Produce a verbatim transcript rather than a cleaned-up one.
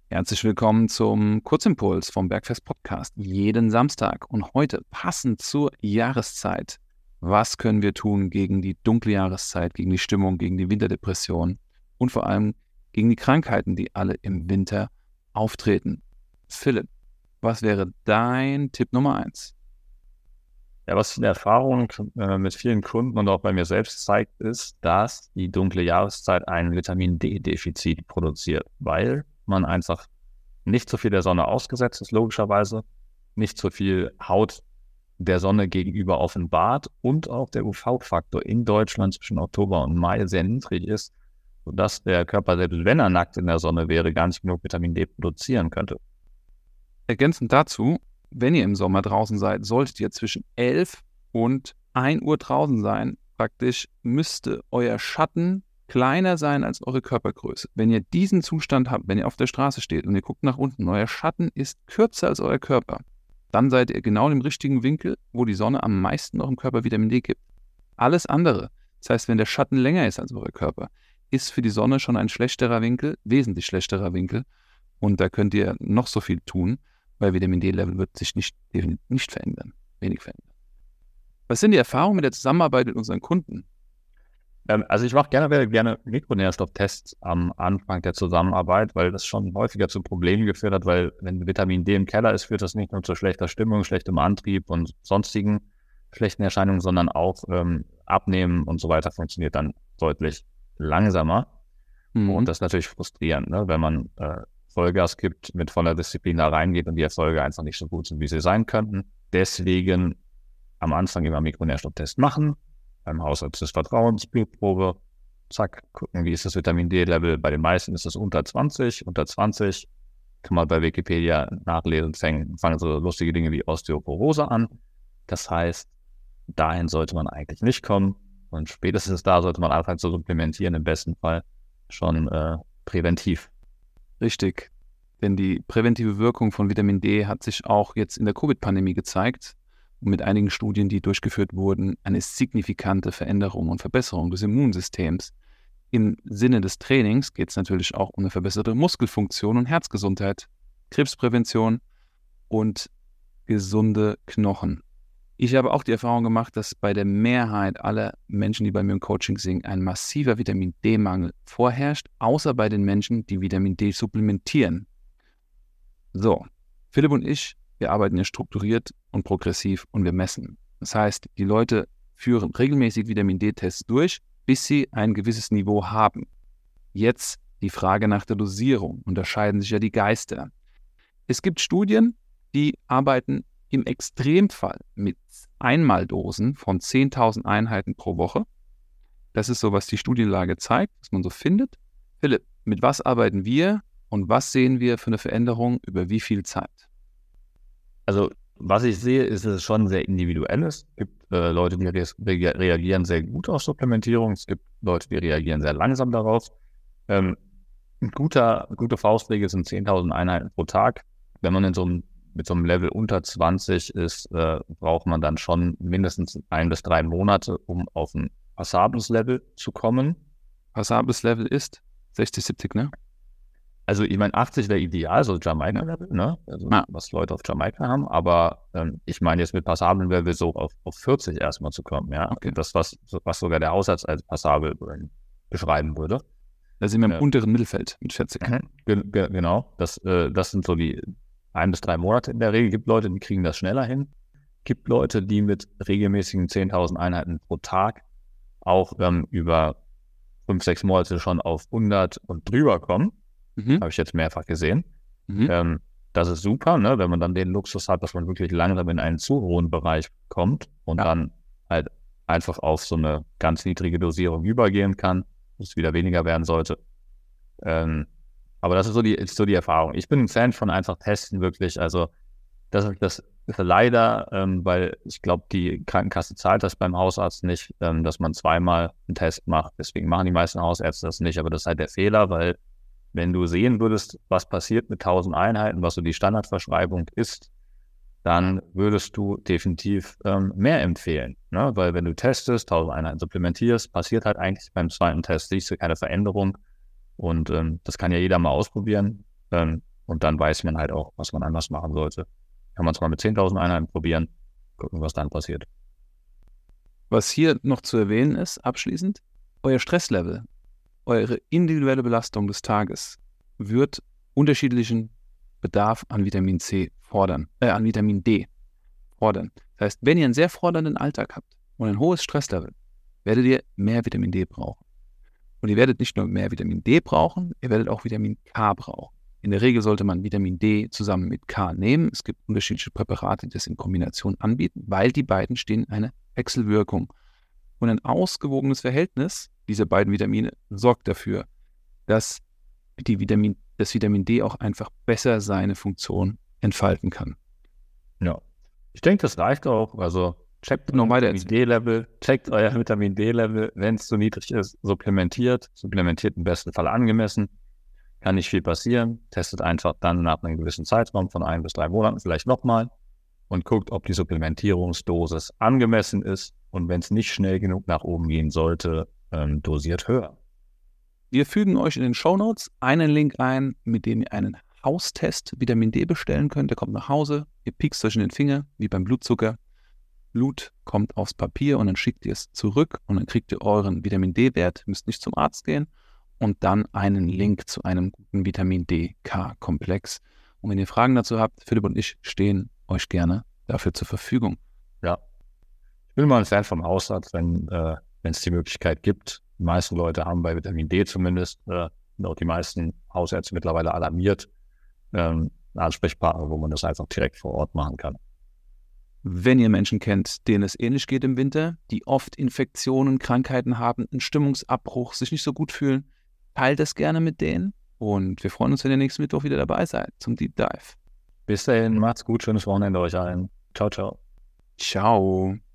Herzlich willkommen zum Kurzimpuls vom Bergfest Podcast, jeden Samstag. Und heute, passend zur Jahreszeit, was können wir tun gegen die dunkle Jahreszeit, gegen die Stimmung, gegen die Winterdepression und vor allem gegen die Krankheiten, die alle im Winter auftreten? Philipp, was wäre dein Tipp Nummer eins? Ja, was in der Erfahrung äh, mit vielen Kunden und auch bei mir selbst zeigt, ist, dass die dunkle Jahreszeit ein Vitamin-D-Defizit produziert, weil man einfach nicht so viel der Sonne ausgesetzt ist, logischerweise, nicht so viel Haut der Sonne gegenüber offenbart und auch der U V-Faktor in Deutschland zwischen Oktober und Mai sehr niedrig ist, sodass der Körper, selbst wenn er nackt in der Sonne wäre, gar nicht genug Vitamin D produzieren könnte. Ergänzend dazu, wenn ihr im Sommer draußen seid, solltet ihr zwischen elf und ein Uhr draußen sein. Praktisch müsste euer Schatten kleiner sein als eure Körpergröße. Wenn ihr diesen Zustand habt, wenn ihr auf der Straße steht und ihr guckt nach unten, euer Schatten ist kürzer als euer Körper, dann seid ihr genau im richtigen Winkel, wo die Sonne am meisten noch im Körper Vitamin D gibt. Alles andere, das heißt, wenn der Schatten länger ist als euer Körper, ist für die Sonne schon ein schlechterer Winkel, wesentlich schlechterer Winkel. Und da könnt ihr noch so viel tun, weil Vitamin D-Level wird sich nicht, nicht verändern, wenig verändern. Was sind die Erfahrungen mit der Zusammenarbeit mit unseren Kunden? Ähm, also ich mache generell gerne Mikronährstofftests am Anfang der Zusammenarbeit, weil das schon häufiger zu Problemen geführt hat, weil wenn Vitamin D im Keller ist, führt das nicht nur zu schlechter Stimmung, schlechtem Antrieb und sonstigen schlechten Erscheinungen, sondern auch ähm, Abnehmen und so weiter funktioniert dann deutlich langsamer. Mhm. Und das ist natürlich frustrierend, ne? Wenn man äh, Vollgas gibt, mit voller Disziplin da reingeht und die Erfolge einfach nicht so gut sind, wie sie sein könnten. Deswegen am Anfang immer Mikronährstofftest machen, beim Hausarzt des Vertrauens, Blutprobe, zack, gucken, wie ist das Vitamin D-Level. Bei den meisten ist es unter zwanzig, unter zwanzig, kann man bei Wikipedia nachlesen, fangen, fangen so lustige Dinge wie Osteoporose an. Das heißt, dahin sollte man eigentlich nicht kommen und spätestens da sollte man anfangen zu supplementieren, im besten Fall schon äh, präventiv. Richtig, denn die präventive Wirkung von Vitamin D hat sich auch jetzt in der Covid-Pandemie gezeigt und mit einigen Studien, die durchgeführt wurden, eine signifikante Veränderung und Verbesserung des Immunsystems. Im Sinne des Trainings geht es natürlich auch um eine verbesserte Muskelfunktion und Herzgesundheit, Krebsprävention und gesunde Knochen. Ich habe auch die Erfahrung gemacht, dass bei der Mehrheit aller Menschen, die bei mir im Coaching sind, ein massiver Vitamin D-Mangel vorherrscht, außer bei den Menschen, die Vitamin D supplementieren. So, Philipp und ich, wir arbeiten ja strukturiert und progressiv und wir messen. Das heißt, die Leute führen regelmäßig Vitamin D-Tests durch, bis sie ein gewisses Niveau haben. Jetzt die Frage nach der Dosierung. Unterscheiden sich ja die Geister. Es gibt Studien, die arbeiten im Extremfall mit Einmaldosen von zehntausend Einheiten pro Woche. Das ist so, was die Studienlage zeigt, was man so findet. Philipp, mit was arbeiten wir und was sehen wir für eine Veränderung über wie viel Zeit? Also was ich sehe, ist es schon sehr individuell. Es gibt äh, Leute, die re- re- reagieren sehr gut auf Supplementierung. Es gibt Leute, die reagieren sehr langsam darauf. Ähm, ein guter, gute Faustregel sind zehntausend Einheiten pro Tag. Wenn man in so einem mit so einem Level unter zwanzig ist, äh, braucht man dann schon mindestens ein bis drei Monate, um auf ein passables Level zu kommen. Passables Level ist sechzig, siebzig, ne? Also ich meine, achtzig wäre ideal, so Jamaika-Level, ne? Also ja. Was Leute auf Jamaika haben, aber ähm, ich meine jetzt mit passablem Level so auf, auf vierzig erstmal zu kommen, ja? Okay. Das, was, was sogar der Hausarzt als passabel beschreiben würde. Da sind wir im äh, unteren Mittelfeld mit vierzig. Ge- ge- genau, das, äh, das sind so die ein bis drei Monate in der Regel. Gibt Leute, die kriegen das schneller hin. Gibt Leute, die mit regelmäßigen zehntausend Einheiten pro Tag auch ähm, über fünf, sechs Monate schon auf hundert und drüber kommen. Mhm. Habe ich jetzt mehrfach gesehen. Mhm. Ähm, das ist super, ne? Wenn man dann den Luxus hat, dass man wirklich langsam in einen zu hohen Bereich kommt und ja. dann halt einfach auf so eine ganz niedrige Dosierung übergehen kann, dass es wieder weniger werden sollte. Ähm, Aber das ist so die, ist so die Erfahrung. Ich bin ein Fan von einfach testen, wirklich. Also das, das ist leider, ähm, weil ich glaube, die Krankenkasse zahlt das beim Hausarzt nicht, ähm, dass man zweimal einen Test macht. Deswegen machen die meisten Hausärzte das nicht. Aber das ist halt der Fehler, weil wenn du sehen würdest, was passiert mit tausend Einheiten, was so die Standardverschreibung ist, dann würdest du definitiv ähm, mehr empfehlen. Ne? Weil wenn du testest, tausend Einheiten supplementierst, passiert halt eigentlich beim zweiten Test, siehst du keine Veränderung. Und ähm, das kann ja jeder mal ausprobieren. Ähm, Und dann weiß man halt auch, was man anders machen sollte. Kann man es mal mit zehntausend Einheiten probieren, gucken, was dann passiert. Was hier noch zu erwähnen ist, abschließend, euer Stresslevel, eure individuelle Belastung des Tages wird unterschiedlichen Bedarf an Vitamin C fordern, äh, an Vitamin D fordern. Das heißt, wenn ihr einen sehr fordernden Alltag habt und ein hohes Stresslevel, werdet ihr mehr Vitamin D brauchen. Und ihr werdet nicht nur mehr Vitamin D brauchen, ihr werdet auch Vitamin K brauchen. In der Regel sollte man Vitamin D zusammen mit K nehmen. Es gibt unterschiedliche Präparate, die das in Kombination anbieten, weil die beiden stehen in einer Wechselwirkung. Und ein ausgewogenes Verhältnis dieser beiden Vitamine sorgt dafür, dass die Vitamin, das Vitamin D auch einfach besser seine Funktion entfalten kann. Ja, ich denke, das reicht auch. Also checkt noch euer weiter Vitamin D-Level, checkt euer Vitamin D-Level. Wenn es zu niedrig ist, supplementiert. Supplementiert im besten Fall angemessen. Kann nicht viel passieren. Testet einfach dann nach einem gewissen Zeitraum von ein bis drei Monaten vielleicht nochmal und guckt, ob die Supplementierungsdosis angemessen ist. Und wenn es nicht schnell genug nach oben gehen sollte, ähm, dosiert höher. Wir fügen euch in den Shownotes einen Link ein, mit dem ihr einen Haustest Vitamin D bestellen könnt. Der kommt nach Hause, ihr piekst euch in den Finger, wie beim Blutzucker. Blut kommt aufs Papier und dann schickt ihr es zurück und dann kriegt ihr euren Vitamin D-Wert, müsst nicht zum Arzt gehen und dann einen Link zu einem guten Vitamin D-K-Komplex. Und wenn ihr Fragen dazu habt, Philipp und ich stehen euch gerne dafür zur Verfügung. Ja, ich bin mal ein Fan vom Hausarzt, wenn äh, wenn es die Möglichkeit gibt. Die meisten Leute haben bei Vitamin D zumindest, äh, sind auch die meisten Hausärzte mittlerweile alarmiert, ähm, Ansprechpartner, wo man das einfach direkt vor Ort machen kann. Wenn ihr Menschen kennt, denen es ähnlich geht im Winter, die oft Infektionen, Krankheiten haben, einen Stimmungsabbruch, sich nicht so gut fühlen, teilt das gerne mit denen und wir freuen uns, wenn ihr nächsten Mittwoch wieder dabei seid zum Deep Dive. Bis dahin, macht's gut, schönes Wochenende euch allen. Ciao, ciao. Ciao.